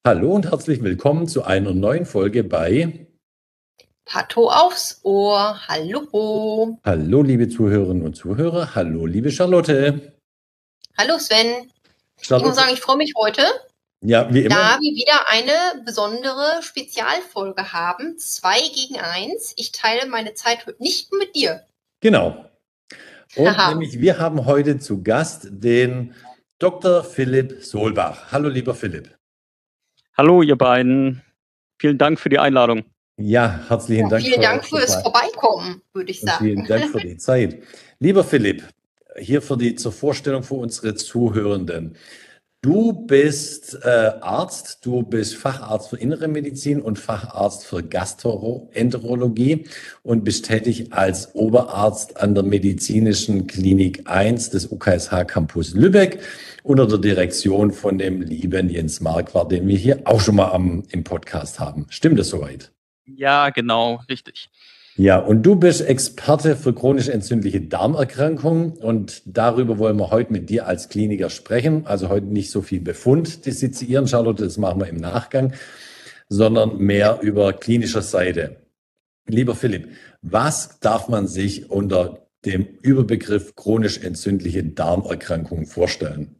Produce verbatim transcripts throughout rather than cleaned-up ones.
Hallo und herzlich willkommen zu einer neuen Folge bei Pato aufs Ohr. Hallo. Hallo, liebe Zuhörerinnen und Zuhörer. Hallo, liebe Charlotte. Hallo Sven. Ich Charlotte. muss sagen, ich freue mich heute, Ja, wie immer. da wir wieder eine besondere Spezialfolge haben. Zwei gegen eins. Ich teile meine Zeit heute nicht mit dir. Genau. Und Haha. nämlich, wir haben heute zu Gast den Doktor Philipp Solbach. Hallo, lieber Philipp. Hallo, ihr beiden. Vielen Dank für die Einladung. Ja, herzlichen Ja, Dank. vielen für- Dank fürs für- Vorbeikommen, würde ich und vielen sagen. Dank für die Zeit. Lieber Philipp, hier für die, zur Vorstellung für unsere Zuhörenden. Du bist äh, Arzt, du bist Facharzt für Innere Medizin und Facharzt für Gastroenterologie und bist tätig als Oberarzt an der Medizinischen Klinik eins des U K S H Campus Lübeck unter der Direktion von dem lieben Jens Marquardt, den wir hier auch schon mal am, im Podcast haben. Stimmt das soweit? Ja, genau, richtig. Ja, und du bist Experte für chronisch entzündliche Darmerkrankungen und darüber wollen wir heute mit dir als Kliniker sprechen. Also heute nicht so viel Befund dissezieren, Charlotte, das machen wir im Nachgang, sondern mehr über klinischer Seite. Lieber Philipp, was darf man sich unter dem Überbegriff chronisch entzündliche Darmerkrankungen vorstellen?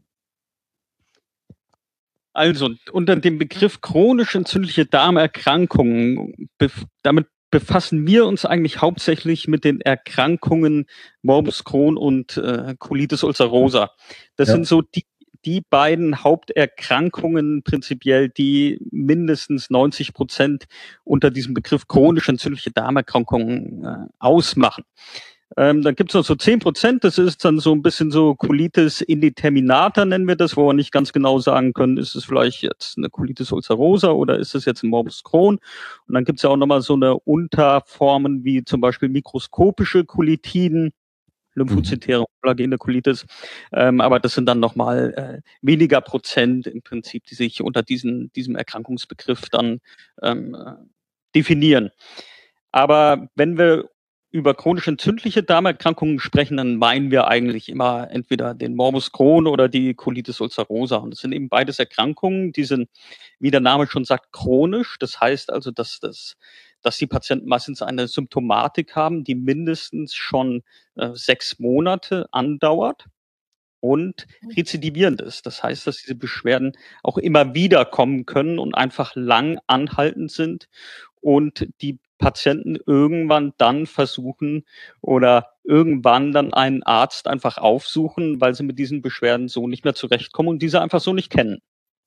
Also unter dem Begriff chronisch entzündliche Darmerkrankungen, bef- damit befassen wir uns eigentlich hauptsächlich mit den Erkrankungen Morbus Crohn und äh, Colitis ulcerosa. Das Ja. sind so die, die beiden Haupterkrankungen prinzipiell, die mindestens neunzig Prozent unter diesem Begriff chronisch entzündliche Darmerkrankungen äh, ausmachen. Ähm, dann gibt es noch so zehn Prozent, das ist dann so ein bisschen so Colitis indeterminata, nennen wir das, wo wir nicht ganz genau sagen können, ist es vielleicht jetzt eine Colitis ulcerosa oder ist es jetzt ein Morbus Crohn? Und dann gibt es ja auch nochmal so eine Unterformen wie zum Beispiel mikroskopische Kolitiden, lymphozytäre kollagene Colitis. Ähm, aber das sind dann nochmal äh, weniger Prozent im Prinzip, die sich unter diesen, diesem Erkrankungsbegriff dann ähm, äh, definieren. Aber wenn wir über chronisch entzündliche Darmerkrankungen sprechen, dann meinen wir eigentlich immer entweder den Morbus Crohn oder die Colitis ulcerosa. Und das sind eben beides Erkrankungen, die sind, wie der Name schon sagt, chronisch. Das heißt also, dass, das, dass die Patienten meistens eine Symptomatik haben, die mindestens schon äh, sechs Monate andauert und rezidivierend ist. Das heißt, dass diese Beschwerden auch immer wieder kommen können und einfach lang anhaltend sind und die Patienten irgendwann dann versuchen oder irgendwann dann einen Arzt einfach aufsuchen, weil sie mit diesen Beschwerden so nicht mehr zurechtkommen und diese einfach so nicht kennen.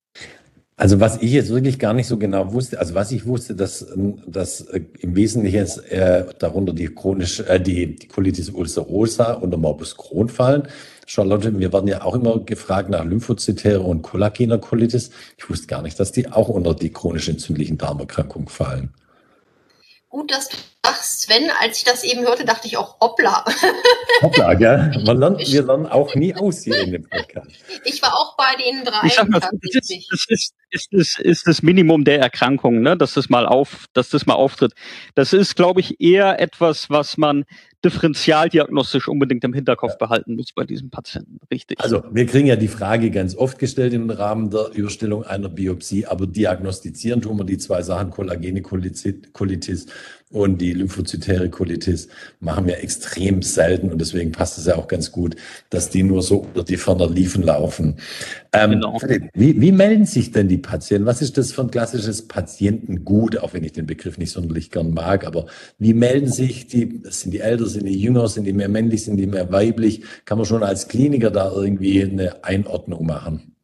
Also was ich jetzt wirklich gar nicht so genau wusste, also was ich wusste, dass, dass äh, im Wesentlichen jetzt, äh, darunter die chronisch, äh, die, die Colitis ulcerosa und der Morbus Crohn fallen. Charlotte, wir werden ja auch immer gefragt nach lymphozytärer und kollagener Colitis. Ich wusste gar nicht, dass die auch unter die chronisch entzündlichen Darmerkrankungen fallen. Gut, dass du sagst, Sven. Als ich das eben hörte, dachte ich auch, hoppla. Hoppla, gell? Man lernt, wir lernen auch nie aus hier in dem Podcast. Ich war auch bei den drei. Ich sag mal, das ist, das ist, ist, ist, ist das Minimum der Erkrankungen, ne? dass das mal auf, dass das mal auftritt. Das ist, glaube ich, eher etwas, was man differentialdiagnostisch unbedingt im Hinterkopf behalten muss bei diesem Patienten. Richtig. Also wir kriegen ja die Frage ganz oft gestellt im Rahmen der Überstellung einer Biopsie, aber diagnostizieren tun wir die zwei Sachen, kollagene Colitis und die lymphozytäre Colitis, machen wir extrem selten und deswegen passt es ja auch ganz gut, dass die nur so unter die ferner Liefen laufen. Ähm, Genau. wie, wie melden sich denn die Patienten? Was ist das für ein klassisches Patientengut, auch wenn ich den Begriff nicht sonderlich gern mag, aber wie melden sich die, sind die älter, sind die jünger, sind die mehr männlich, sind die mehr weiblich? Kann man schon als Kliniker da irgendwie eine Einordnung machen?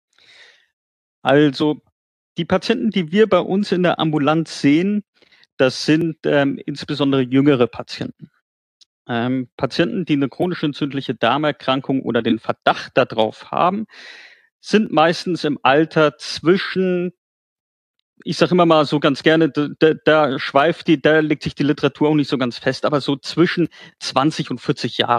Also die Patienten, die wir bei uns in der Ambulanz sehen, das sind ähm, insbesondere jüngere Patienten. Ähm, Patienten, die eine chronisch entzündliche Darmerkrankung oder den Verdacht darauf haben, sind meistens im Alter zwischen, ich sage immer mal so ganz gerne, da, da, da schweift die, da legt sich die Literatur auch nicht so ganz fest, aber so zwischen zwanzig und vierzig Jahre.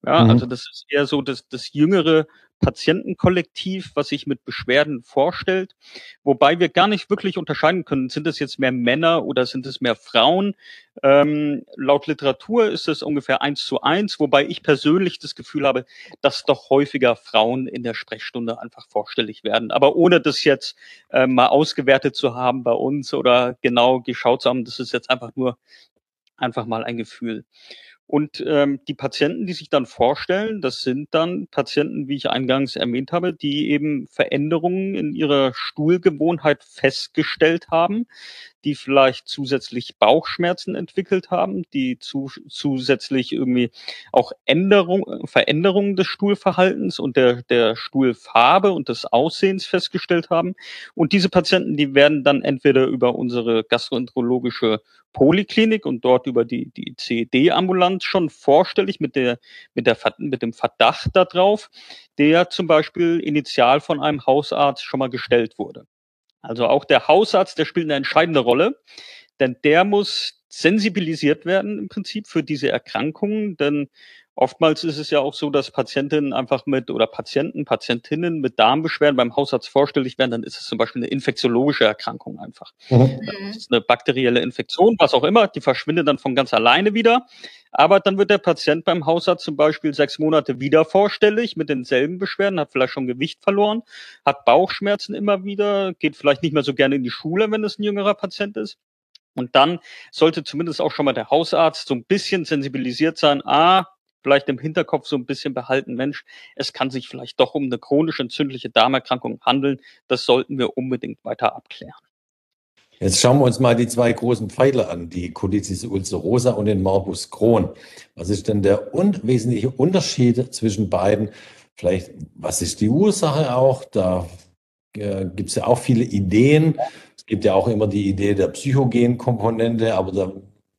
Ja, Mhm. also das ist eher so das, das jüngere Patientenkollektiv, was sich mit Beschwerden vorstellt, wobei wir gar nicht wirklich unterscheiden können, sind es jetzt mehr Männer oder sind es mehr Frauen? Ähm, laut Literatur ist es ungefähr eins zu eins, wobei ich persönlich das Gefühl habe, dass doch häufiger Frauen in der Sprechstunde einfach vorstellig werden. Aber ohne das jetzt äh, mal ausgewertet zu haben bei uns oder genau geschaut zu haben, das ist jetzt einfach nur einfach mal ein Gefühl. Und ähm, die Patienten, die sich dann vorstellen, das sind dann Patienten, wie ich eingangs erwähnt habe, die eben Veränderungen in ihrer Stuhlgewohnheit festgestellt haben, die vielleicht zusätzlich Bauchschmerzen entwickelt haben, die zu, zusätzlich irgendwie auch Änderung, Veränderungen des Stuhlverhaltens und der, der Stuhlfarbe und des Aussehens festgestellt haben. Und diese Patienten, die werden dann entweder über unsere gastroenterologische Poliklinik und dort über die, die C E D-Ambulanz schon vorstellig mit, der, mit, der, mit dem Verdacht darauf, der zum Beispiel initial von einem Hausarzt schon mal gestellt wurde. Also auch der Hausarzt, der spielt eine entscheidende Rolle, denn der muss sensibilisiert werden im Prinzip für diese Erkrankungen, denn oftmals ist es ja auch so, dass Patientinnen einfach mit oder Patienten, Patientinnen mit Darmbeschwerden beim Hausarzt vorstellig werden, dann ist es zum Beispiel eine infektiologische Erkrankung einfach. Mhm. Das ist eine bakterielle Infektion, was auch immer, die verschwindet dann von ganz alleine wieder. Aber dann wird der Patient beim Hausarzt zum Beispiel sechs Monate wieder vorstellig mit denselben Beschwerden, hat vielleicht schon Gewicht verloren, hat Bauchschmerzen immer wieder, geht vielleicht nicht mehr so gerne in die Schule, wenn es ein jüngerer Patient ist. Und dann sollte zumindest auch schon mal der Hausarzt so ein bisschen sensibilisiert sein, ah, vielleicht im Hinterkopf so ein bisschen behalten, Mensch, es kann sich vielleicht doch um eine chronisch entzündliche Darmerkrankung handeln. Das sollten wir unbedingt weiter abklären. Jetzt schauen wir uns mal die zwei großen Pfeiler an, die Colitis ulcerosa und den Morbus Crohn. Was ist denn der un wesentliche Unterschied zwischen beiden? Vielleicht, was ist die Ursache auch? Da äh, gibt es ja auch viele Ideen. Es gibt ja auch immer die Idee der psychogenen Komponente, aber da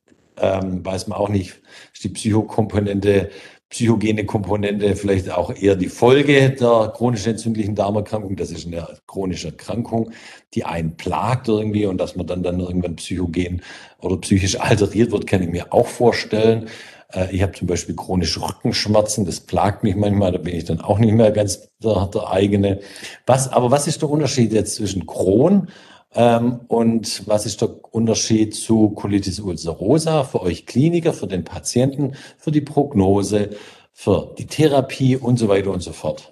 ähm, weiß man auch nicht, ist die Psychokomponente, psychogene Komponente vielleicht auch eher die Folge der chronisch entzündlichen Darmerkrankung. Das ist eine chronische Erkrankung, die einen plagt irgendwie und dass man dann, dann irgendwann psychogen oder psychisch alteriert wird, kann ich mir auch vorstellen. Äh, ich habe zum Beispiel chronische Rückenschmerzen, das plagt mich manchmal, da bin ich dann auch nicht mehr ganz der, der eigene. Was, aber was ist der Unterschied jetzt zwischen Crohn ähm, und was ist der Unterschied zu Colitis ulcerosa für euch Kliniker, für den Patienten, für die Prognose, für die Therapie und so weiter und so fort?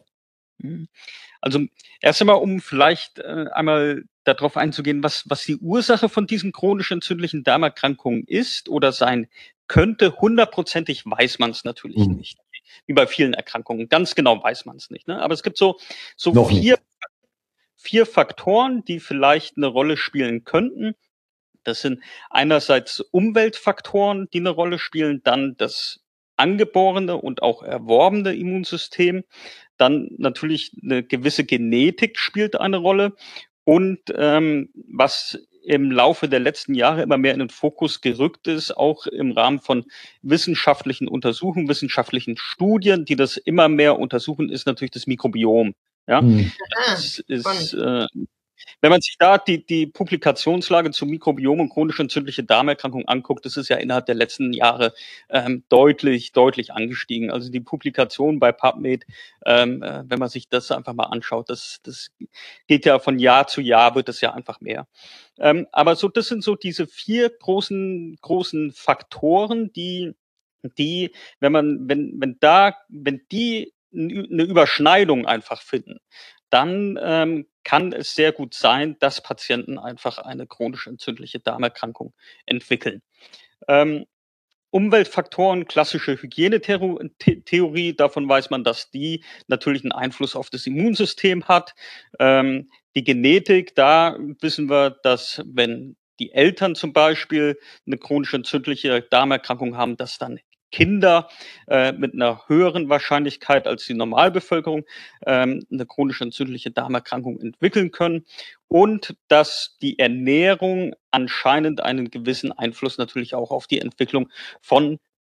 Also erst einmal, um vielleicht äh, einmal darauf einzugehen, was, was die Ursache von diesen chronisch entzündlichen Darmerkrankungen ist oder sein könnte, hundertprozentig weiß man es natürlich Hm. nicht. Wie bei vielen Erkrankungen. Ganz genau weiß man es nicht. Ne? Aber es gibt so, so Noch vier, nicht. vier Faktoren, die vielleicht eine Rolle spielen könnten. Das sind einerseits Umweltfaktoren, die eine Rolle spielen, dann das angeborene und auch erworbene Immunsystem, dann natürlich eine gewisse Genetik spielt eine Rolle und ähm, was im Laufe der letzten Jahre immer mehr in den Fokus gerückt ist, auch im Rahmen von wissenschaftlichen Untersuchungen, wissenschaftlichen Studien, die das immer mehr untersuchen, ist natürlich das Mikrobiom. Ja, Hm. das ist äh, wenn man sich da die, die Publikationslage zum Mikrobiom und chronisch entzündliche Darmerkrankung anguckt, das ist ja innerhalb der letzten Jahre ähm, deutlich, deutlich angestiegen. Also die Publikation bei PubMed, ähm, äh, wenn man sich das einfach mal anschaut, das, das geht ja von Jahr zu Jahr, wird das ja einfach mehr. Ähm, aber so, das sind so diese vier großen, großen Faktoren, die, die, wenn man, wenn, wenn da, wenn die eine Überschneidung einfach finden, dann ähm, kann es sehr gut sein, dass Patienten einfach eine chronisch entzündliche Darmerkrankung entwickeln. Ähm, Umweltfaktoren, klassische Hygienetheorie, davon weiß man, dass die natürlich einen Einfluss auf das Immunsystem hat. Ähm, die Genetik, da wissen wir, dass wenn die Eltern zum Beispiel eine chronisch entzündliche Darmerkrankung haben, dass dann Kinder äh, mit einer höheren Wahrscheinlichkeit als die Normalbevölkerung ähm, eine chronisch entzündliche Darmerkrankung entwickeln können und dass die Ernährung anscheinend einen gewissen Einfluss natürlich auch auf die Entwicklung von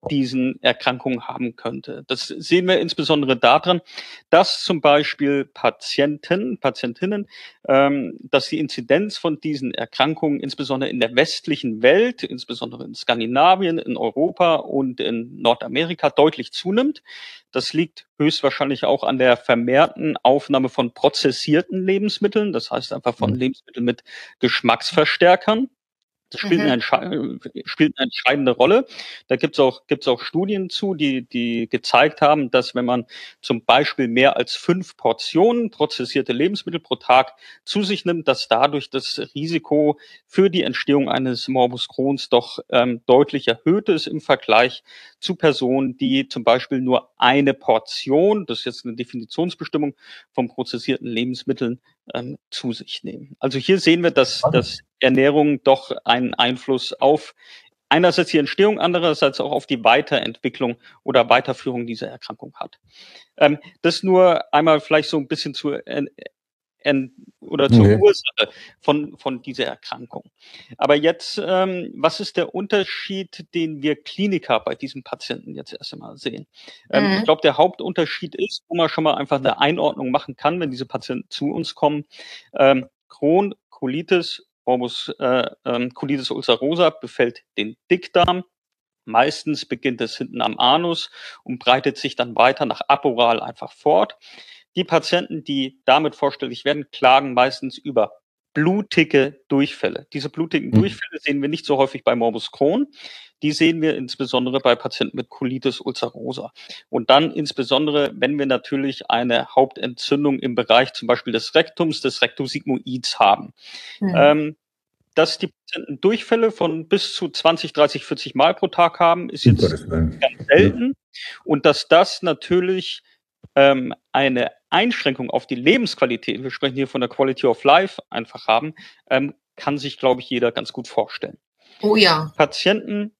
diesen Erkrankungen haben könnte. Das sehen wir insbesondere daran, dass zum Beispiel Patienten, Patientinnen, ähm, dass die Inzidenz von diesen Erkrankungen insbesondere in der westlichen Welt, insbesondere in Skandinavien, in Europa und in Nordamerika deutlich zunimmt. Das liegt höchstwahrscheinlich auch an der vermehrten Aufnahme von prozessierten Lebensmitteln, das heißt einfach von Lebensmitteln mit Geschmacksverstärkern. Das spielt, Mhm. eine, entsche- spielt eine entscheidende Rolle. Da gibt es auch, gibt's auch Studien zu, die, die gezeigt haben, dass wenn man zum Beispiel mehr als fünf Portionen prozessierte Lebensmittel pro Tag zu sich nimmt, dass dadurch das Risiko für die Entstehung eines Morbus Crohns doch ähm, deutlich erhöht ist im Vergleich zu Personen, die zum Beispiel nur eine Portion, das ist jetzt eine Definitionsbestimmung, von prozessierten Lebensmitteln ähm, zu sich nehmen. Also hier sehen wir, dass, dass Ernährung doch einen Einfluss auf einerseits die Entstehung, andererseits auch auf die Weiterentwicklung oder Weiterführung dieser Erkrankung hat. Ähm, das nur einmal vielleicht so ein bisschen zu en, en, oder zur Okay. Ursache von, von dieser Erkrankung. Aber jetzt, ähm, was ist der Unterschied, den wir Kliniker bei diesem Patienten jetzt erst einmal sehen? Ähm, ich Mhm. glaube, der Hauptunterschied ist, wo man schon mal einfach eine Einordnung machen kann, wenn diese Patienten zu uns kommen. Ähm, Crohn, Colitis, Morbus äh, ähm, Colitis ulcerosa befällt den Dickdarm. Meistens beginnt es hinten am Anus und breitet sich dann weiter nach aporal einfach fort. Die Patienten, die damit vorstellig werden, klagen meistens über blutige Durchfälle. Diese blutigen Hm. Durchfälle sehen wir nicht so häufig bei Morbus Crohn. Die sehen wir insbesondere bei Patienten mit Colitis ulcerosa. Und dann insbesondere, wenn wir natürlich eine Hauptentzündung im Bereich zum Beispiel des Rektums, des Rectus sigmoids haben. Mhm. Ähm, dass die Patienten Durchfälle von bis zu zwanzig, dreißig, vierzig Mal pro Tag haben, ist jetzt Gottes Willen. ganz selten. Und dass das natürlich ähm, eine Einschränkung auf die Lebensqualität, wir sprechen hier von der Quality of Life, einfach haben, ähm, kann sich, glaube ich, jeder ganz gut vorstellen. Oh ja. Patienten,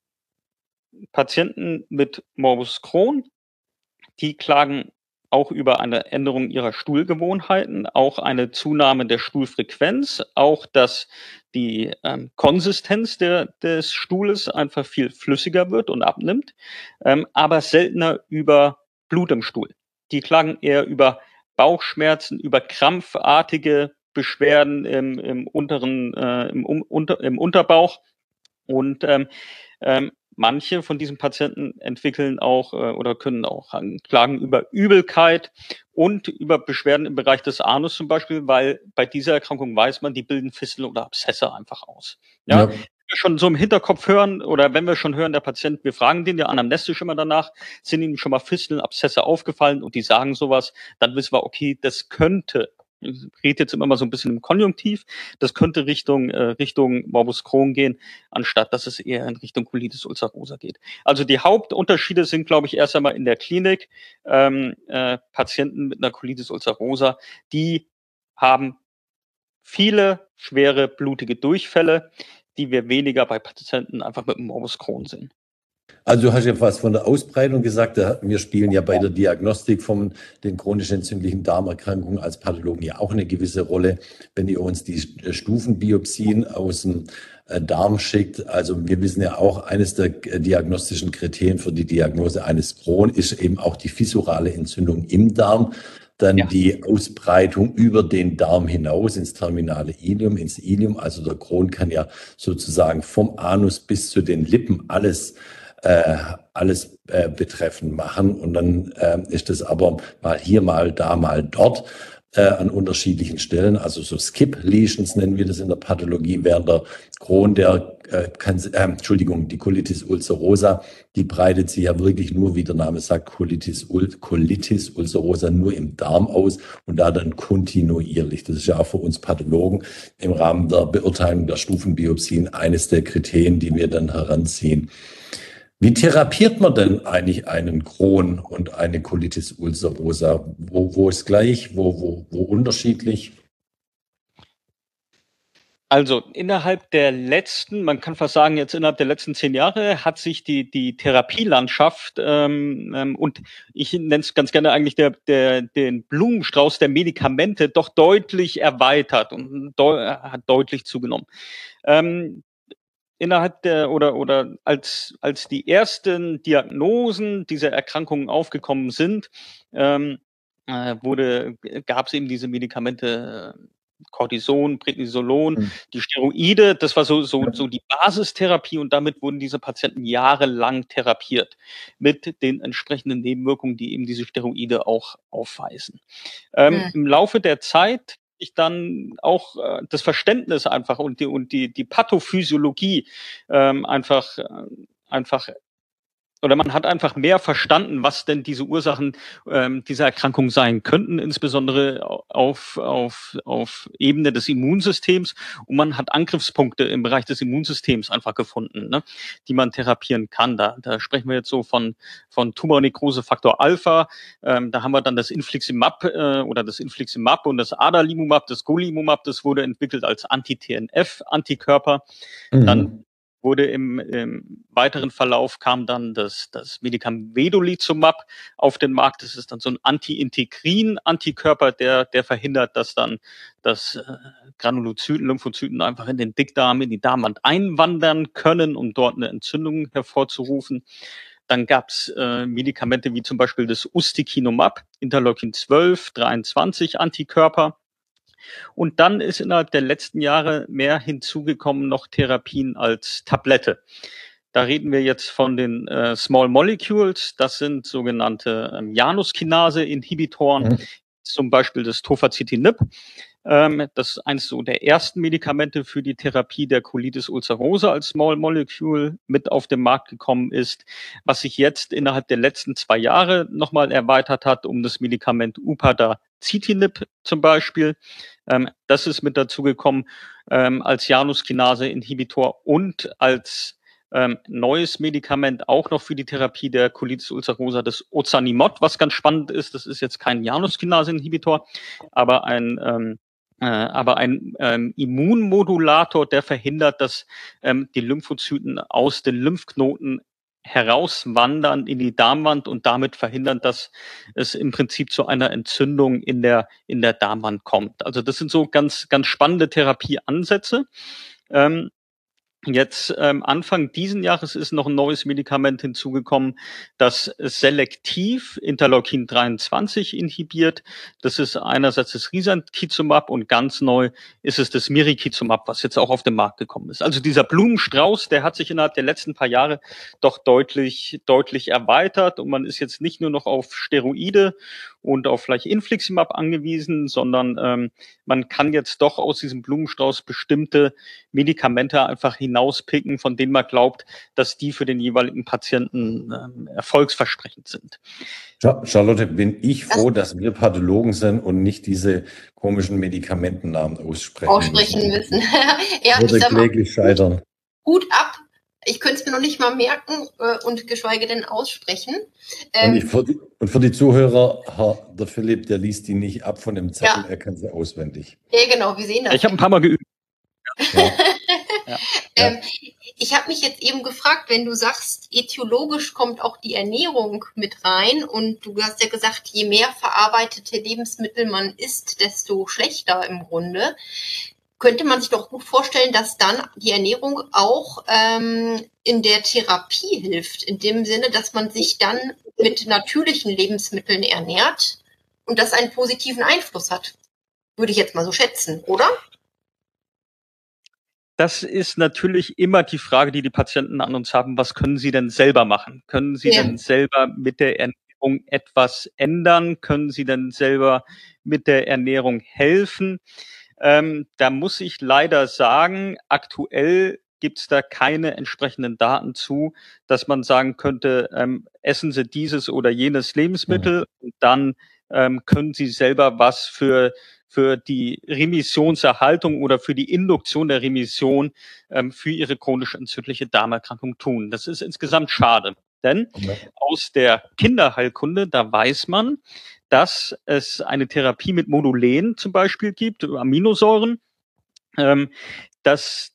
Patienten mit Morbus Crohn, die klagen auch über eine Änderung ihrer Stuhlgewohnheiten, auch eine Zunahme der Stuhlfrequenz, auch dass die ähm, Konsistenz der, des Stuhles einfach viel flüssiger wird und abnimmt, ähm, aber seltener über Blut im Stuhl. Die klagen eher über Bauchschmerzen, über krampfartige Beschwerden im, im unteren, äh, im, um, unter, im Unterbauch. Und ähm, ähm, manche von diesen Patienten entwickeln auch äh, oder können auch an- klagen über Übelkeit und über Beschwerden im Bereich des Anus zum Beispiel, weil bei dieser Erkrankung weiß man, die bilden Fistel oder Abszesse einfach aus. Ja, Ja. wenn wir schon so im Hinterkopf hören oder wenn wir schon hören, der Patient, wir fragen den ja anamnestisch immer danach, sind ihnen schon mal Fisteln, Abszesse aufgefallen und die sagen sowas, dann wissen wir, okay, das könnte, ich rede jetzt immer mal so ein bisschen im Konjunktiv, das könnte Richtung, äh, Richtung Morbus Crohn gehen, anstatt dass es eher in Richtung Colitis ulcerosa geht. Also die Hauptunterschiede sind, glaube ich, erst einmal in der Klinik. Ähm, äh, Patienten mit einer Colitis ulcerosa, die haben viele schwere blutige Durchfälle, die wir weniger bei Patienten einfach mit dem Morbus Crohn sehen. Also du hast ja was von der Ausbreitung gesagt. Wir spielen ja bei der Diagnostik von den chronisch entzündlichen Darmerkrankungen als Pathologen ja auch eine gewisse Rolle. Wenn ihr uns die Stufenbiopsien aus dem Darm schickt, also wir wissen ja auch, eines der diagnostischen Kriterien für die Diagnose eines Crohn ist eben auch die fissurale Entzündung im Darm. Dann ja. die Ausbreitung über den Darm hinaus ins terminale Ileum, ins Ileum. Also der Crohn kann ja sozusagen vom Anus bis zu den Lippen alles Äh, alles äh, betreffend machen. Und dann äh, ist es aber mal hier, mal da, mal dort äh, an unterschiedlichen Stellen. Also so Skip-Lesions nennen wir das in der Pathologie, während der Crohn, der äh, kann, äh, Entschuldigung, die Colitis ulcerosa, die breitet sich ja wirklich nur, wie der Name sagt, Colitis, ul Colitis ulcerosa nur im Darm aus und da dann kontinuierlich. Das ist ja auch für uns Pathologen im Rahmen der Beurteilung der Stufenbiopsien eines der Kriterien, die wir dann heranziehen. Wie therapiert man denn eigentlich einen Crohn und eine Colitis ulcerosa? Wo, wo ist gleich, wo, wo, wo unterschiedlich? Also innerhalb der letzten, man kann fast sagen, jetzt innerhalb der letzten zehn Jahre hat sich die, die Therapielandschaft ähm, ähm, und ich nenne es ganz gerne eigentlich der, der, den Blumenstrauß der Medikamente doch deutlich erweitert und deu hat deutlich zugenommen. Ähm, innerhalb der oder oder als als die ersten Diagnosen dieser Erkrankungen aufgekommen sind, ähm, äh, wurde gab es eben diese Medikamente, äh, Cortison, Prednisolon, Mhm. die Steroide. Das war so so Ja. so die Basistherapie und damit wurden diese Patienten jahrelang therapiert mit den entsprechenden Nebenwirkungen, die eben diese Steroide auch aufweisen. Ähm, Hm. Im Laufe der Zeit ich dann auch äh, das Verständnis einfach und die und die die Pathophysiologie ähm, einfach äh, einfach oder man hat einfach mehr verstanden, was denn diese Ursachen ähm, dieser Erkrankung sein könnten, insbesondere au- auf auf auf Ebene des Immunsystems. Und man hat Angriffspunkte im Bereich des Immunsystems einfach gefunden, ne, die man therapieren kann. Da da sprechen wir jetzt so von von Tumornekrose-Faktor Alpha. Ähm, da haben wir dann das Infliximab äh, oder das Infliximab und das Adalimumab, das Golimumab, das wurde entwickelt als Anti-T N F-Antikörper. Dann Mhm. wurde im, im weiteren Verlauf kam dann das, das Medikament Vedolizumab auf den Markt. Das ist dann so ein Anti-Integrin-Antikörper, der, der verhindert, dass dann dass äh, Granulozyten, Lymphozyten einfach in den Dickdarm, in die Darmwand einwandern können, um dort eine Entzündung hervorzurufen. Dann gab es äh, Medikamente wie zum Beispiel das Ustekinumab, Interleukin zwölf, dreiundzwanzig Antikörper. Und dann ist innerhalb der letzten Jahre mehr hinzugekommen noch Therapien als Tablette. Da reden wir jetzt von den äh, Small Molecules. Das sind sogenannte ähm, Januskinase-Inhibitoren, Mhm. zum Beispiel das Tofacitinib. Ähm, das ist eines so der ersten Medikamente für die Therapie der Colitis ulcerosa als Small Molecule mit auf den Markt gekommen ist, was sich jetzt innerhalb der letzten zwei Jahre nochmal erweitert hat um das Medikament Upadacitinib zum Beispiel. Ähm, das ist mit dazugekommen ähm, als Januskinase-Inhibitor und als ähm, neues Medikament auch noch für die Therapie der Colitis ulcerosa, das Ozanimod, was ganz spannend ist. Das ist jetzt kein Januskinase-Inhibitor, aber ein ähm, äh, aber ein ähm, Immunmodulator, der verhindert, dass ähm, die Lymphozyten aus den Lymphknoten herauswandern in die Darmwand und damit verhindern, dass es im Prinzip zu einer Entzündung in der in der Darmwand kommt. Also das sind so ganz ganz spannende Therapieansätze. Ähm, Jetzt ähm, Anfang diesen Jahres ist noch ein neues Medikament hinzugekommen, das selektiv Interleukin dreiundzwanzig inhibiert. Das ist einerseits das Risankizumab und ganz neu ist es das Mirikizumab, was jetzt auch auf den Markt gekommen ist. Also dieser Blumenstrauß, der hat sich innerhalb der letzten paar Jahre doch deutlich, deutlich erweitert und man ist jetzt nicht nur noch auf Steroide und auf vielleicht Infliximab angewiesen, sondern ähm, man kann jetzt doch aus diesem Blumenstrauß bestimmte Medikamente einfach hinauspicken, von denen man glaubt, dass die für den jeweiligen Patienten ähm, erfolgsversprechend sind. Charlotte, bin ich froh, dass wir Pathologen sind und nicht diese komischen Medikamentennamen aussprechen, aussprechen müssen. Ja, Würde ich sag mal, kläglich scheitern. Hut ab. Ich könnte es mir noch nicht mal merken äh, und geschweige denn aussprechen. Ähm, und, ich für die, und für die Zuhörer, Herr, der Philipp, der liest die nicht ab von dem Zettel, ja. Er kann sie auswendig. Ja, genau, wir sehen das. Ich habe ein paar Mal geübt. Ja. Ja. ähm, ich habe mich jetzt eben gefragt, wenn du sagst, etiologisch kommt auch die Ernährung mit rein und du hast ja gesagt, je mehr verarbeitete Lebensmittel man isst, desto schlechter im Grunde. Könnte man sich doch gut vorstellen, dass dann die Ernährung auch ähm, in der Therapie hilft, in dem Sinne, dass man sich dann mit natürlichen Lebensmitteln ernährt und das einen positiven Einfluss hat. Würde ich jetzt mal so schätzen, oder? Das ist natürlich immer die Frage, die die Patienten an uns haben. Was können sie denn selber machen? Können sie ja. denn selber mit der Ernährung etwas ändern? Können sie denn selber mit der Ernährung helfen? Ähm, da muss ich leider sagen, aktuell gibt es da keine entsprechenden Daten zu, dass man sagen könnte, ähm, essen Sie dieses oder jenes Lebensmittel mhm. und dann ähm, können Sie selber was für für die Remissionserhaltung oder für die Induktion der Remission ähm, für ihre chronisch entzündliche Darmerkrankung tun. Das ist insgesamt schade, denn ja. aus der Kinderheilkunde, da weiß man, dass es eine Therapie mit Modulen zum Beispiel gibt, Aminosäuren, ähm, dass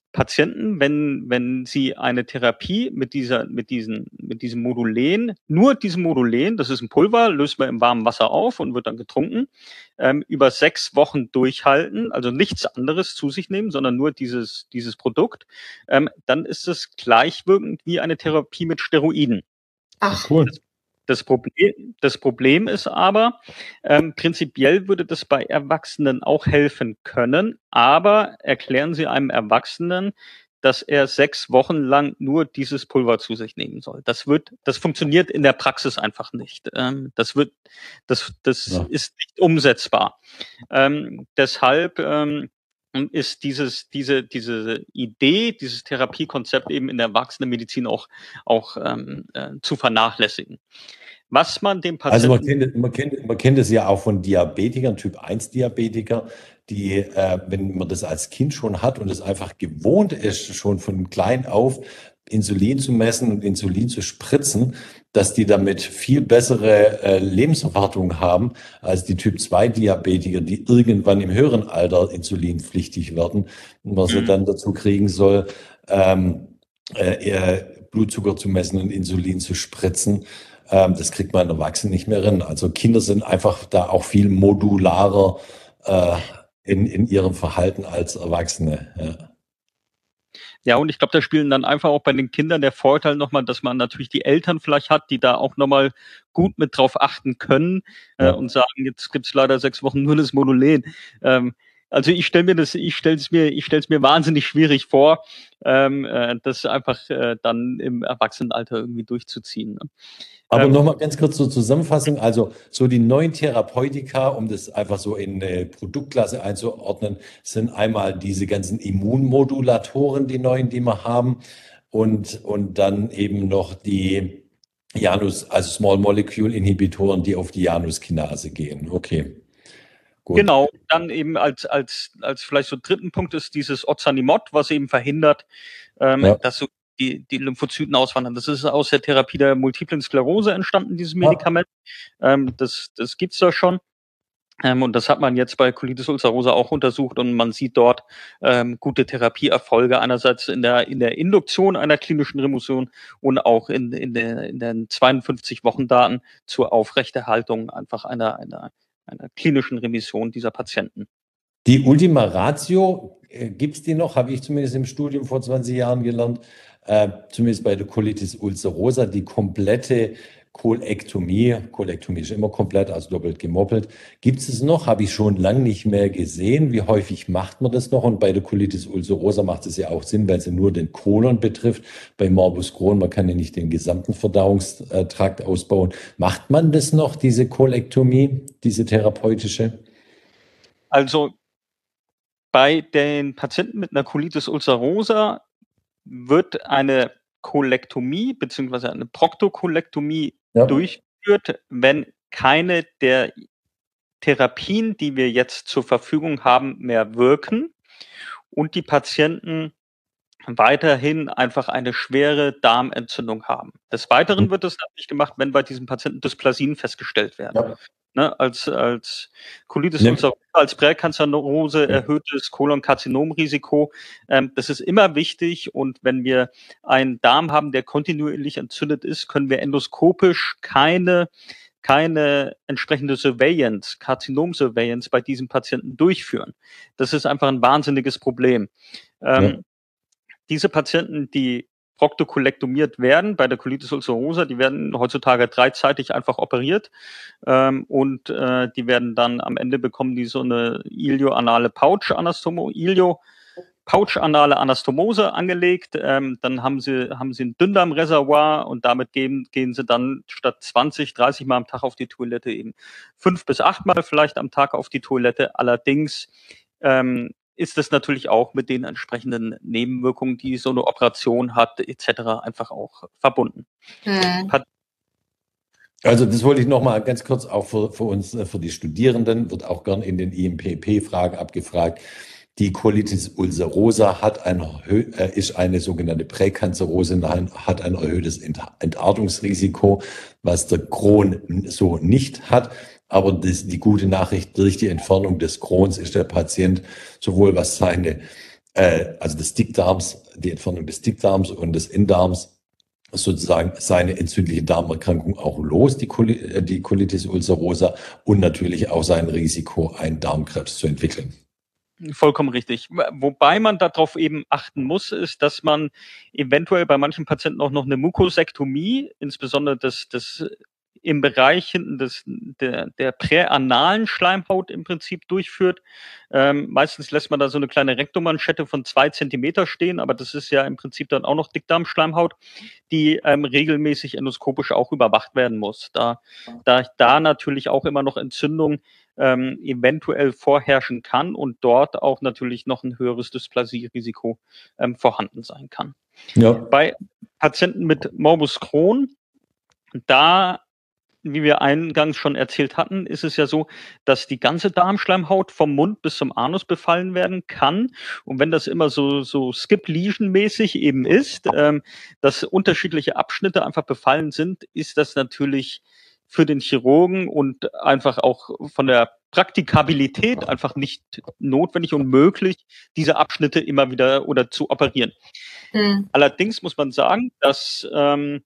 Patienten, wenn, wenn sie eine Therapie mit dieser, mit diesen, mit diesem Modulen, nur diesem Modulen, das ist ein Pulver, löst man im warmen Wasser auf und wird dann getrunken, ähm, über sechs Wochen durchhalten, also nichts anderes zu sich nehmen, sondern nur dieses, dieses Produkt, ähm, dann ist es gleichwirkend wie eine Therapie mit Steroiden. Ach, cool. Das, das, Problem, das Problem ist aber, ähm, prinzipiell würde das bei Erwachsenen auch helfen können, aber erklären Sie einem Erwachsenen, dass er sechs Wochen lang nur dieses Pulver zu sich nehmen soll. Das wird, das funktioniert in der Praxis einfach nicht. Ähm, das wird, das, das ja. ist nicht umsetzbar. Ähm, deshalb ähm, ist dieses, diese, diese Idee, dieses Therapiekonzept eben in der Erwachsenenmedizin auch, auch ähm, äh, zu vernachlässigen. Was man dem Patienten... Also man kennt, man kennt, man kennt es ja auch von Diabetikern, Typ eins Diabetiker, die, äh, wenn man das als Kind schon hat und es einfach gewohnt ist, schon von klein auf Insulin zu messen und Insulin zu spritzen, dass die damit viel bessere äh, Lebenserwartung haben als die Typ zwei Diabetiker, die irgendwann im höheren Alter insulinpflichtig werden und man sie mhm. dann dazu kriegen soll, ähm, äh, Blutzucker zu messen und Insulin zu spritzen. Das kriegt man Erwachsenen nicht mehr hin. Also Kinder sind einfach da auch viel modularer äh, in, in ihrem Verhalten als Erwachsene. Ja, ja und ich glaube, da spielen dann einfach auch bei den Kindern der Vorteil nochmal, dass man natürlich die Eltern vielleicht hat, die da auch nochmal gut mit drauf achten können äh, ja. und sagen, jetzt gibt's leider sechs Wochen nur das Modulen. Ähm, Also ich stelle mir das, ich stelle es mir, ich stelle es mir wahnsinnig schwierig vor, ähm, äh, das einfach äh, dann im Erwachsenenalter irgendwie durchzuziehen. Ne? Aber ähm, nochmal ganz kurz zur Zusammenfassung. Also so die neuen Therapeutika, um das einfach so in eine Produktklasse einzuordnen, sind einmal diese ganzen Immunmodulatoren, die neuen, die wir haben, und und dann eben noch die Janus, also Small Molecule Inhibitoren, die auf die Januskinase gehen. Okay. Gut. Genau, dann eben als, als, als vielleicht so dritten Punkt ist dieses Ozanimod, was eben verhindert, ähm, ja. dass so die, die Lymphozyten auswandern. Das ist aus der Therapie der multiplen Sklerose entstanden, dieses Medikament. Ja. Ähm, das das gibt es da schon. Ähm, und das hat man jetzt bei Colitis ulcerosa auch untersucht und man sieht dort ähm, gute Therapieerfolge, einerseits in der, in der Induktion einer klinischen Remission und auch in, in, der, in den zweiundfünfzig Wochen Daten zur Aufrechterhaltung einfach einer, einer einer klinischen Remission dieser Patienten. Die Ultima Ratio, äh, gibt es die noch? Habe ich zumindest im Studium vor zwanzig Jahren gelernt. Äh, zumindest bei der Colitis ulcerosa, die komplette Kolektomie. Kolektomie ist immer komplett, also doppelt gemoppelt. Gibt es es noch? Habe ich schon lange nicht mehr gesehen. Wie häufig macht man das noch? Und bei der Colitis ulcerosa macht es ja auch Sinn, weil sie nur den Kolon betrifft. Bei Morbus Crohn, man kann ja nicht den gesamten Verdauungstrakt ausbauen. Macht man das noch, diese Kolektomie, diese therapeutische? Also bei den Patienten mit einer Colitis ulcerosa wird eine Kolektomie bzw. eine Proktokolektomie ja. durchgeführt, wenn keine der Therapien, die wir jetzt zur Verfügung haben, mehr wirken und die Patienten weiterhin einfach eine schwere Darmentzündung haben. Des Weiteren wird es natürlich gemacht, wenn bei diesen Patienten Dysplasien festgestellt werden. Ja. Ne, als, als Colitis ja. ulcerosa, als Präkanzerose, erhöhtes Kolonkarzinomrisiko. Ähm, das ist immer wichtig und wenn wir einen Darm haben, der kontinuierlich entzündet ist, können wir endoskopisch keine keine entsprechende Surveillance, Karzinom-Surveillance bei diesen Patienten durchführen. Das ist einfach ein wahnsinniges Problem. Ähm, ja. Diese Patienten, die proktokolektomiert werden bei der Colitis ulcerosa, die werden heutzutage dreizeitig einfach operiert ähm, und äh, die werden dann am Ende bekommen die so eine ilioanale Pouch-Anastomose, Ilio Pouch-anale Anastomose angelegt, ähm, dann haben sie, haben sie ein Dünndarmreservoir und damit gehen, gehen sie dann statt zwanzig, dreißig Mal am Tag auf die Toilette eben fünf bis acht Mal vielleicht am Tag auf die Toilette. Allerdings ähm, ist es natürlich auch mit den entsprechenden Nebenwirkungen, die so eine Operation hat, et cetera, einfach auch verbunden. Hm. Also das wollte ich noch mal ganz kurz auch für, für uns, für die Studierenden, wird auch gern in den I M P P-Fragen abgefragt. Die Colitis ulcerosa hat ein, äh, ist eine sogenannte Präkanzerose, hat ein erhöhtes Entartungsrisiko, was der Crohn so nicht hat. Aber das, die gute Nachricht, durch die Entfernung des Crohns ist der Patient sowohl was seine äh, also des Dickdarms, die Entfernung des Dickdarms und des Enddarms, sozusagen seine entzündliche Darmerkrankung auch los, die, Coli die Colitis ulcerosa, und natürlich auch sein Risiko, einen Darmkrebs zu entwickeln. Vollkommen richtig. Wobei man darauf eben achten muss, ist, dass man eventuell bei manchen Patienten auch noch eine Mukosektomie, insbesondere das, das im Bereich hinten des, der, der präanalen Schleimhaut im Prinzip durchführt. Ähm, meistens lässt man da so eine kleine Rektomanschette von zwei Zentimeter stehen, aber das ist ja im Prinzip dann auch noch Dickdarmschleimhaut, die ähm, regelmäßig endoskopisch auch überwacht werden muss. Da, da, da natürlich auch immer noch Entzündung ähm, eventuell vorherrschen kann und dort auch natürlich noch ein höheres Dysplasierisiko ähm, vorhanden sein kann. Ja. Bei Patienten mit Morbus Crohn, da, wie wir eingangs schon erzählt hatten, ist es ja so, dass die ganze Darmschleimhaut vom Mund bis zum Anus befallen werden kann. Und wenn das immer so, so Skip-Lesion-mäßig eben ist, ähm, dass unterschiedliche Abschnitte einfach befallen sind, ist das natürlich für den Chirurgen und einfach auch von der Praktikabilität einfach nicht notwendig und möglich, diese Abschnitte immer wieder oder zu operieren. Hm. Allerdings muss man sagen, dass ähm,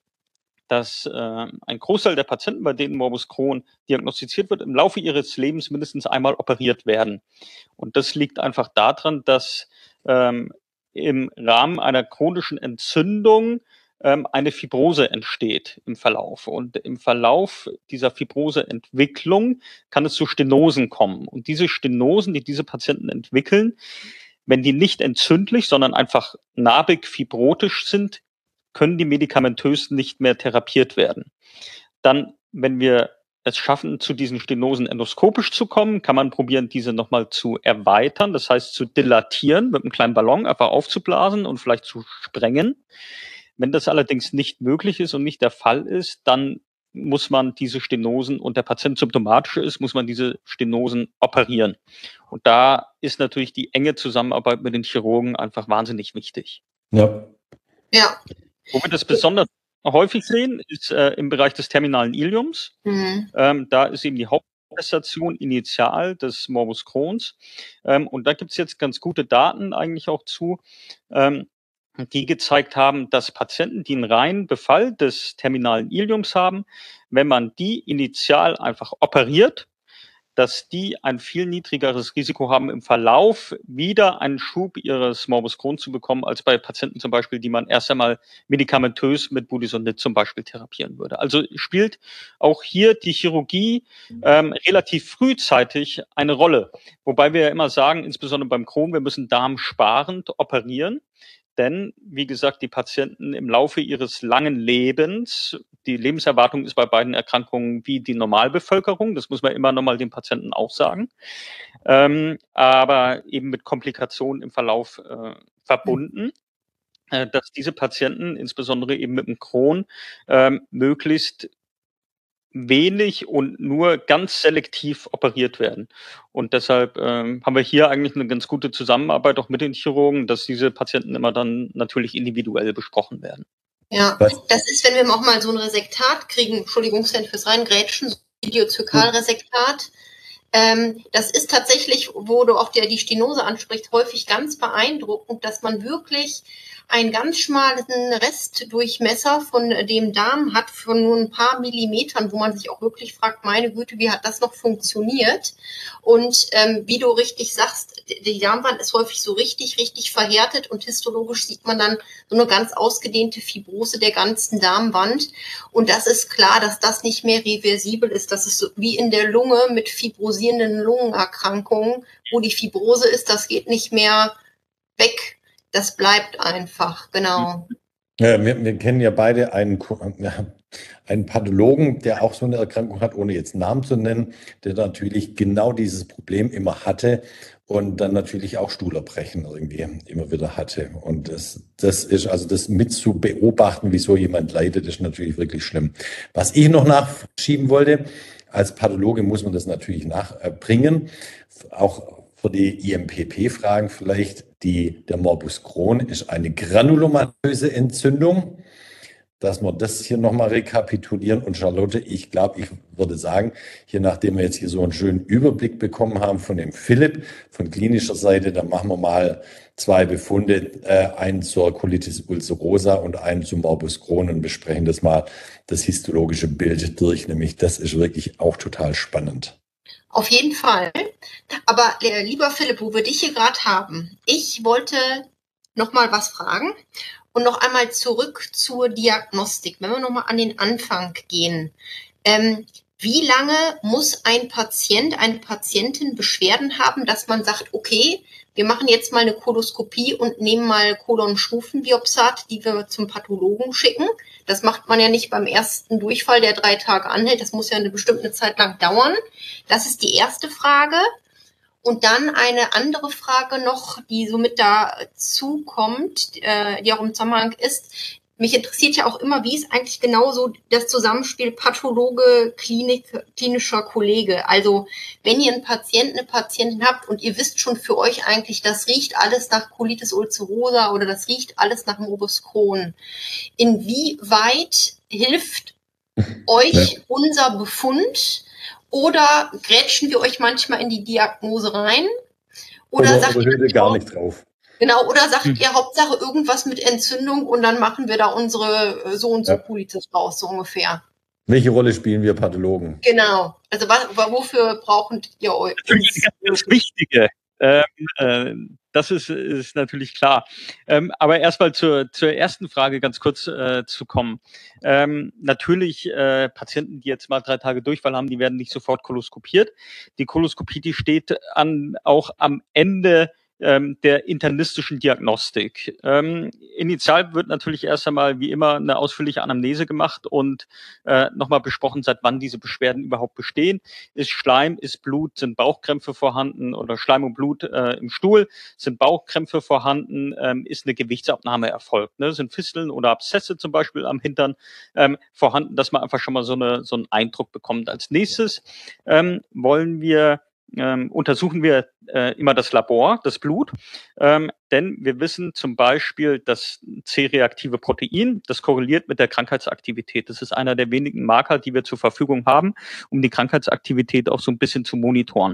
dass äh, ein Großteil der Patienten, bei denen Morbus Crohn diagnostiziert wird, im Laufe ihres Lebens mindestens einmal operiert werden. Und das liegt einfach daran, dass ähm, im Rahmen einer chronischen Entzündung ähm, eine Fibrose entsteht im Verlauf. Und im Verlauf dieser Fibroseentwicklung kann es zu Stenosen kommen. Und diese Stenosen, die diese Patienten entwickeln, wenn die nicht entzündlich, sondern einfach narbig fibrotisch sind, können die medikamentös nicht mehr therapiert werden. Dann, wenn wir es schaffen, zu diesen Stenosen endoskopisch zu kommen, kann man probieren, diese nochmal zu erweitern, das heißt zu dilatieren, mit einem kleinen Ballon einfach aufzublasen und vielleicht zu sprengen. Wenn das allerdings nicht möglich ist und nicht der Fall ist, dann muss man diese Stenosen, und der Patient symptomatisch ist, muss man diese Stenosen operieren. Und da ist natürlich die enge Zusammenarbeit mit den Chirurgen einfach wahnsinnig wichtig. Ja. Ja. Wo wir das besonders häufig sehen, ist äh, im Bereich des terminalen Iliums. Mhm. Ähm, da ist eben die Hauptmanifestation initial des Morbus Crohns. Ähm, und da gibt es jetzt ganz gute Daten eigentlich auch zu, ähm, die gezeigt haben, dass Patienten, die einen reinen Befall des terminalen Iliums haben, wenn man die initial einfach operiert, dass die ein viel niedrigeres Risiko haben, im Verlauf wieder einen Schub ihres Morbus Crohn zu bekommen, als bei Patienten zum Beispiel, die man erst einmal medikamentös mit Budesonid zum Beispiel therapieren würde. Also spielt auch hier die Chirurgie ähm, relativ frühzeitig eine Rolle. Wobei wir ja immer sagen, insbesondere beim Crohn, wir müssen darmsparend operieren. Denn, wie gesagt, die Patienten im Laufe ihres langen Lebens, die Lebenserwartung ist bei beiden Erkrankungen wie die Normalbevölkerung, das muss man immer nochmal den Patienten auch sagen, ähm, aber eben mit Komplikationen im Verlauf äh, verbunden, äh, dass diese Patienten, insbesondere eben mit dem Crohn, äh, möglichst wenig und nur ganz selektiv operiert werden. Und deshalb ähm, haben wir hier eigentlich eine ganz gute Zusammenarbeit auch mit den Chirurgen, dass diese Patienten immer dann natürlich individuell besprochen werden. Ja, das ist, wenn wir auch mal so ein Resektat kriegen, Entschuldigung fürs Reingrätschen, so ein Idiozykalresektat. Ähm, das ist tatsächlich, wo du auch die, die Stenose ansprichst, häufig ganz beeindruckend, dass man wirklich einen ganz schmalen Restdurchmesser von dem Darm hat, von nur ein paar Millimetern, wo man sich auch wirklich fragt, meine Güte, wie hat das noch funktioniert? Und ähm, wie du richtig sagst, die Darmwand ist häufig so richtig, richtig verhärtet und histologisch sieht man dann so eine ganz ausgedehnte Fibrose der ganzen Darmwand. Und das ist klar, dass das nicht mehr reversibel ist. Das ist so wie in der Lunge mit fibrosierenden Lungenerkrankungen, wo die Fibrose ist, das geht nicht mehr weg. Das bleibt einfach, genau. Ja, wir, wir kennen ja beide einen, einen Pathologen, der auch so eine Erkrankung hat, ohne jetzt Namen zu nennen, der natürlich genau dieses Problem immer hatte und dann natürlich auch Stuhlerbrechen irgendwie immer wieder hatte. Und das, das ist, also das mit zu beobachten, wie so jemand leidet, ist natürlich wirklich schlimm. Was ich noch nachschieben wollte, als Pathologe muss man das natürlich nachbringen, auch für die I M P P-Fragen vielleicht, die, der Morbus Crohn ist eine granulomatöse Entzündung. dass wir das hier nochmal rekapitulieren. Und Charlotte, ich glaube, ich würde sagen, hier, nachdem wir jetzt hier so einen schönen Überblick bekommen haben von dem Philipp, von klinischer Seite, dann machen wir mal zwei Befunde, äh, einen zur Colitis ulcerosa und einen zum Morbus Crohn und besprechen das mal, das histologische Bild durch. Nämlich, das ist wirklich auch total spannend. Auf jeden Fall. Aber äh, lieber Philipp, wo wir dich hier gerade haben, ich wollte noch mal was fragen und noch einmal zurück zur Diagnostik. Wenn wir noch mal an den Anfang gehen. Ähm, wie lange muss ein Patient, eine Patientin Beschwerden haben, dass man sagt, okay, wir machen jetzt mal eine Koloskopie und nehmen mal Kolonstufenbiopsat, die wir zum Pathologen schicken. Das macht man ja nicht beim ersten Durchfall, der drei Tage anhält. Das muss ja eine bestimmte Zeit lang dauern. Das ist die erste Frage. Und dann eine andere Frage noch, die somit dazu kommt, äh, die auch im Zusammenhang ist. Mich interessiert ja auch immer, wie ist eigentlich genauso das Zusammenspiel Pathologe, Klinik, klinischer Kollege. Also wenn ihr einen Patienten, eine Patientin habt und ihr wisst schon für euch eigentlich, das riecht alles nach Colitis ulcerosa oder das riecht alles nach Morbus Crohn. Inwieweit hilft euch ja. unser Befund? Oder grätschen wir euch manchmal in die Diagnose rein? Oder, oder sagt oder ihr gar nicht drauf? Genau, oder sagt hm. ihr Hauptsache irgendwas mit Entzündung und dann machen wir da unsere so und so ja. Colitis raus, so ungefähr. Welche Rolle spielen wir Pathologen? Genau. Also was, wofür braucht ihr euch? Das Wichtige. Ähm, äh, das ist, ist natürlich klar. Ähm, aber erstmal zur, zur ersten Frage ganz kurz äh, zu kommen. Ähm, natürlich, äh, Patienten, die jetzt mal drei Tage Durchfall haben, die werden nicht sofort koloskopiert. Die Koloskopie, die steht an, auch am Ende ähm, der internistischen Diagnostik. Ähm, initial wird natürlich erst einmal wie immer eine ausführliche Anamnese gemacht und äh, nochmal besprochen, seit wann diese Beschwerden überhaupt bestehen. Ist Schleim, ist Blut, sind Bauchkrämpfe vorhanden oder Schleim und Blut äh, im Stuhl, sind Bauchkrämpfe vorhanden, ähm, ist eine Gewichtsabnahme erfolgt, ne? Sind Fisteln oder Abszesse zum Beispiel am Hintern ähm, vorhanden, dass man einfach schon mal so, eine, so einen Eindruck bekommt. Als nächstes ähm, wollen wir Ähm, untersuchen wir äh, immer das Labor, das Blut, ähm, denn wir wissen zum Beispiel, das C-reaktive Protein, das korreliert mit der Krankheitsaktivität. Das ist einer der wenigen Marker, die wir zur Verfügung haben, um die Krankheitsaktivität auch so ein bisschen zu monitoren.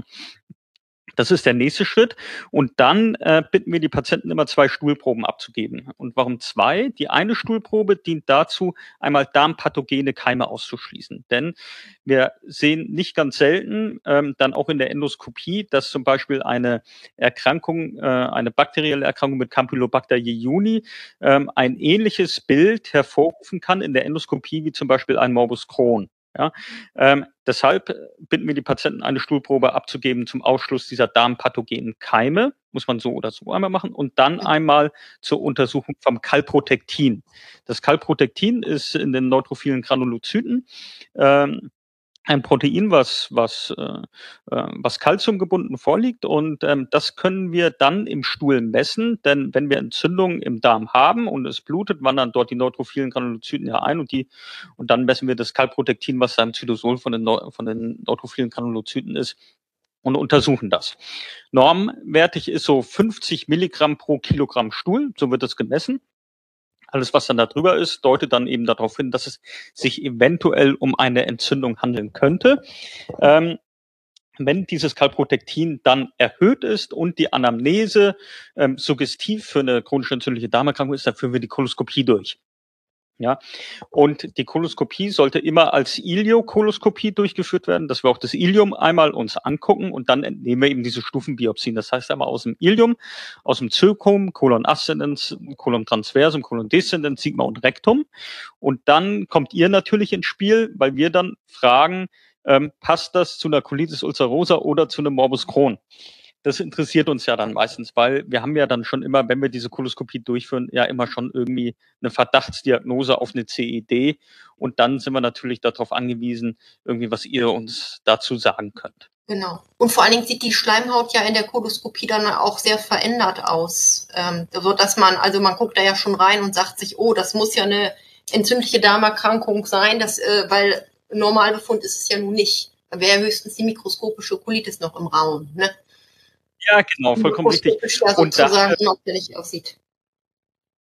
Das ist der nächste Schritt. Und dann äh, bitten wir die Patienten immer zwei Stuhlproben abzugeben. Und warum zwei? Die eine Stuhlprobe dient dazu, einmal darmpathogene Keime auszuschließen. Denn wir sehen nicht ganz selten, ähm, dann auch in der Endoskopie, dass zum Beispiel eine Erkrankung, äh, eine bakterielle Erkrankung mit Campylobacter jejuni ähm, ein ähnliches Bild hervorrufen kann in der Endoskopie wie zum Beispiel ein Morbus Crohn. Ja, ähm, deshalb bitten wir die Patienten, eine Stuhlprobe abzugeben zum Ausschluss dieser darmpathogenen Keime. Muss man so oder so einmal machen. Und dann einmal zur Untersuchung vom Calprotectin. Das Calprotectin ist in den neutrophilen Granulozyten ähm, ein Protein, was was äh, was calciumgebunden vorliegt, und ähm, das können wir dann im Stuhl messen, denn wenn wir Entzündungen im Darm haben und es blutet, wandern dort die neutrophilen Granulozyten ja ein und die und dann messen wir das Calprotectin, was da im Zytosol von den Neu- von den neutrophilen Granulozyten ist, und untersuchen das. Normwertig ist so fünfzig Milligramm pro Kilogramm Stuhl, so wird das gemessen. Alles, was dann da drüber ist, deutet dann eben darauf hin, dass es sich eventuell um eine Entzündung handeln könnte. Ähm, wenn dieses Calprotectin dann erhöht ist und die Anamnese ähm, suggestiv für eine chronisch entzündliche Darmerkrankung ist, dann führen wir die Koloskopie durch. Ja, und die Koloskopie sollte immer als Iliokoloskopie durchgeführt werden, dass wir auch das Ilium einmal uns angucken und dann entnehmen wir eben diese Stufenbiopsien. Das heißt einmal aus dem Ilium, aus dem Zirkum, Colon ascendens, Colon transversum, Colon descendens, Sigma und Rectum. Und dann kommt ihr natürlich ins Spiel, weil wir dann fragen, ähm, passt das zu einer Colitis ulcerosa oder zu einem Morbus Crohn? Das interessiert uns ja dann meistens, weil wir haben ja dann schon immer, wenn wir diese Koloskopie durchführen, ja immer schon irgendwie eine Verdachtsdiagnose auf eine C E D. Und dann sind wir natürlich darauf angewiesen, irgendwie, was ihr uns dazu sagen könnt. Genau. Und vor allen Dingen sieht die Schleimhaut ja in der Koloskopie dann auch sehr verändert aus. Ähm, so dass man, also man guckt da ja schon rein und sagt sich, oh, das muss ja eine entzündliche Darmerkrankung sein, das, äh, weil Normalbefund ist es ja nun nicht. Da wäre höchstens die mikroskopische Colitis noch im Raum, ne? Ja, genau, vollkommen richtig. Ja, und da, aussieht.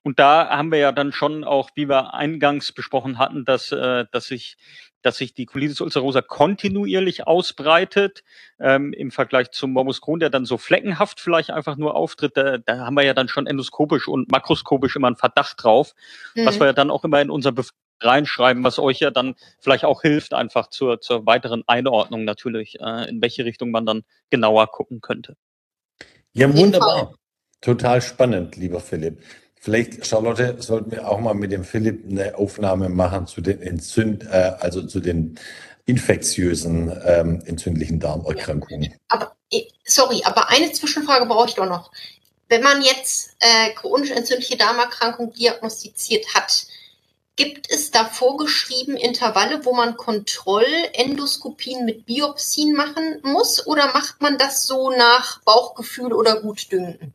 und da haben wir ja dann schon auch, wie wir eingangs besprochen hatten, dass, äh, dass sich dass sich die Colitis ulcerosa kontinuierlich ausbreitet, ähm, im Vergleich zum Morbus Crohn, der dann so fleckenhaft vielleicht einfach nur auftritt. Da, da haben wir ja dann schon endoskopisch und makroskopisch immer einen Verdacht drauf, mhm. was wir ja dann auch immer in unser Befund reinschreiben, was euch ja dann vielleicht auch hilft, einfach zur, zur weiteren Einordnung natürlich, äh, in welche Richtung man dann genauer gucken könnte. Ja, wunderbar. Total spannend, lieber Philipp. Vielleicht, Charlotte, sollten wir auch mal mit dem Philipp eine Aufnahme machen zu den Entzünd, äh, also zu den infektiösen ähm, entzündlichen Darmerkrankungen. Aber sorry, aber eine Zwischenfrage brauche ich doch noch. Wenn man jetzt äh, chronisch entzündliche Darmerkrankung diagnostiziert hat, gibt es da vorgeschrieben Intervalle, wo man Kontrollendoskopien mit Biopsien machen muss, oder macht man das so nach Bauchgefühl oder Gutdünken?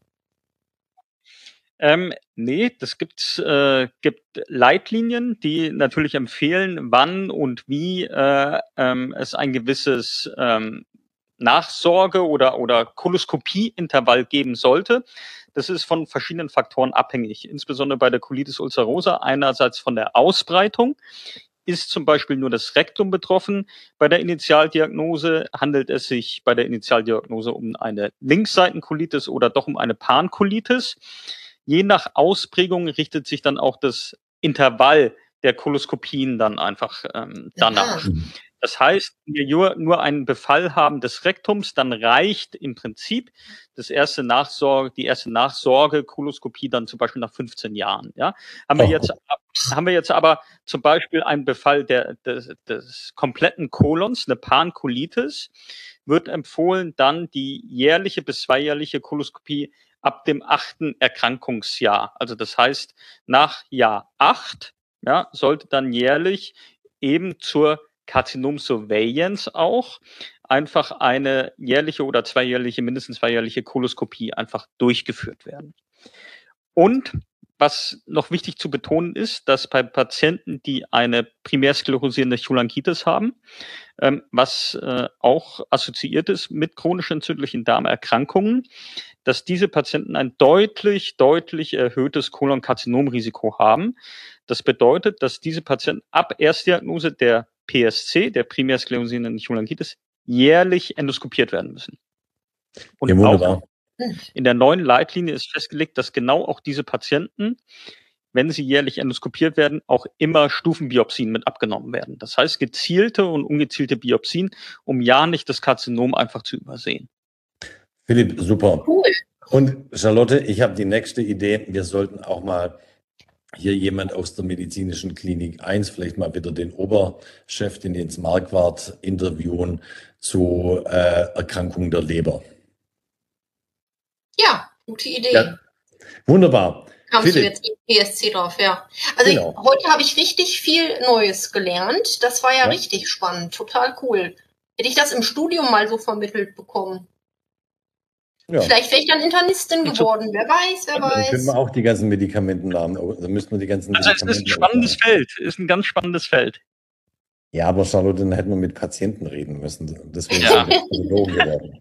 Ähm, nee, das gibt's, äh, gibt Leitlinien, die natürlich empfehlen, wann und wie äh, ähm, es ein gewisses ähm, Nachsorge- oder, oder Koloskopie-Intervall geben sollte. Das ist von verschiedenen Faktoren abhängig, insbesondere bei der Colitis ulcerosa, einerseits von der Ausbreitung. Ist zum Beispiel nur das Rektum betroffen? Bei der Initialdiagnose handelt es sich bei der Initialdiagnose um eine Linksseitenkolitis oder doch um eine Pankolitis. Je nach Ausprägung richtet sich dann auch das Intervall der Koloskopien dann einfach ähm, danach. Ja. Das heißt, wenn wir nur, nur einen Befall haben des Rektums, dann reicht im Prinzip das erste Nachsorge, die erste Nachsorge-Koloskopie dann zum Beispiel nach fünfzehn Jahren. Ja? Haben wir jetzt, haben wir jetzt aber zum Beispiel einen Befall der, des, des kompletten Kolons, eine Pankolitis, wird empfohlen, dann die jährliche bis zweijährliche Koloskopie ab dem achten Erkrankungsjahr. Also das heißt, nach Jahr acht, ja, sollte dann jährlich eben zur Karzinom Surveillance auch einfach eine jährliche oder zweijährliche, mindestens zweijährliche Koloskopie einfach durchgeführt werden. Und was noch wichtig zu betonen ist, dass bei Patienten, die eine primär sklerosierende Cholangitis haben, ähm, was äh, auch assoziiert ist mit chronisch entzündlichen Darmerkrankungen, dass diese Patienten ein deutlich, deutlich erhöhtes Kolonkarzinomrisiko haben. Das bedeutet, dass diese Patienten ab Erstdiagnose der P S C, der primär sklerosierenden Cholangitis, jährlich endoskopiert werden müssen. Und ja, wunderbar. Auch in der neuen Leitlinie ist festgelegt, dass genau auch diese Patienten, wenn sie jährlich endoskopiert werden, auch immer Stufenbiopsien mit abgenommen werden. Das heißt, gezielte und ungezielte Biopsien, um ja nicht das Karzinom einfach zu übersehen. Philipp, super. Cool. Und Charlotte, ich habe die nächste Idee. Wir sollten auch mal hier jemand aus der medizinischen Klinik eins, vielleicht mal wieder den Oberchef, den Jens Marquardt, interviewen zu äh, Erkrankungen der Leber. Ja, gute Idee. Ja. Wunderbar. Kamst Philipp. Du jetzt im P S C drauf, ja. Also genau. ich, heute habe ich richtig viel Neues gelernt. Das war ja, ja richtig spannend, total cool. Hätte ich das im Studium mal so vermittelt bekommen. Ja. Vielleicht wäre ich dann Internistin geworden, wer weiß, wer dann weiß. Dann können wir auch die ganzen Medikamentennamen, da müssten wir die ganzen Also es ist ein spannendes Feld, ist ein ganz spannendes Feld. Ja, aber Charlotte, dann hätten wir mit Patienten reden müssen. Deswegen ja. sind wir Psychologen geworden.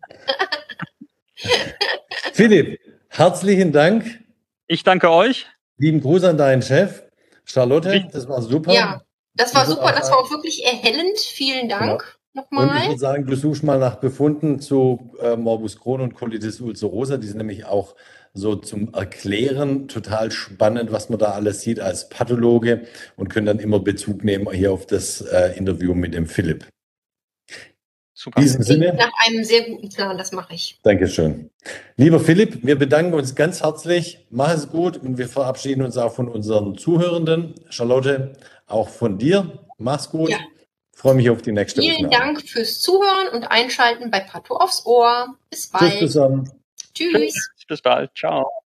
Philipp, herzlichen Dank. Ich danke euch. Lieben Gruß an deinen Chef. Charlotte, das war super. Ja, das war super, das war auch wirklich erhellend. Vielen Dank. Genau. Nochmal. Und ich würde sagen, du suchst mal nach Befunden zu äh, Morbus Crohn und Colitis ulcerosa. Die sind nämlich auch so zum Erklären total spannend, was man da alles sieht als Pathologe, und können dann immer Bezug nehmen hier auf das äh, Interview mit dem Philipp. Super. In diesem Sinne. Nach einem sehr guten Plan, das mache ich. Dankeschön. Lieber Philipp, wir bedanken uns ganz herzlich. Mach es gut und wir verabschieden uns auch von unseren Zuhörenden. Charlotte, auch von dir. Mach's gut. Ja. Ich freue mich auf die nächste Vielen Aufnahme. Dank fürs Zuhören und Einschalten bei Patho aufs Ohr. Bis bald. Tschüss zusammen. Tschüss. Bis bald. Ciao.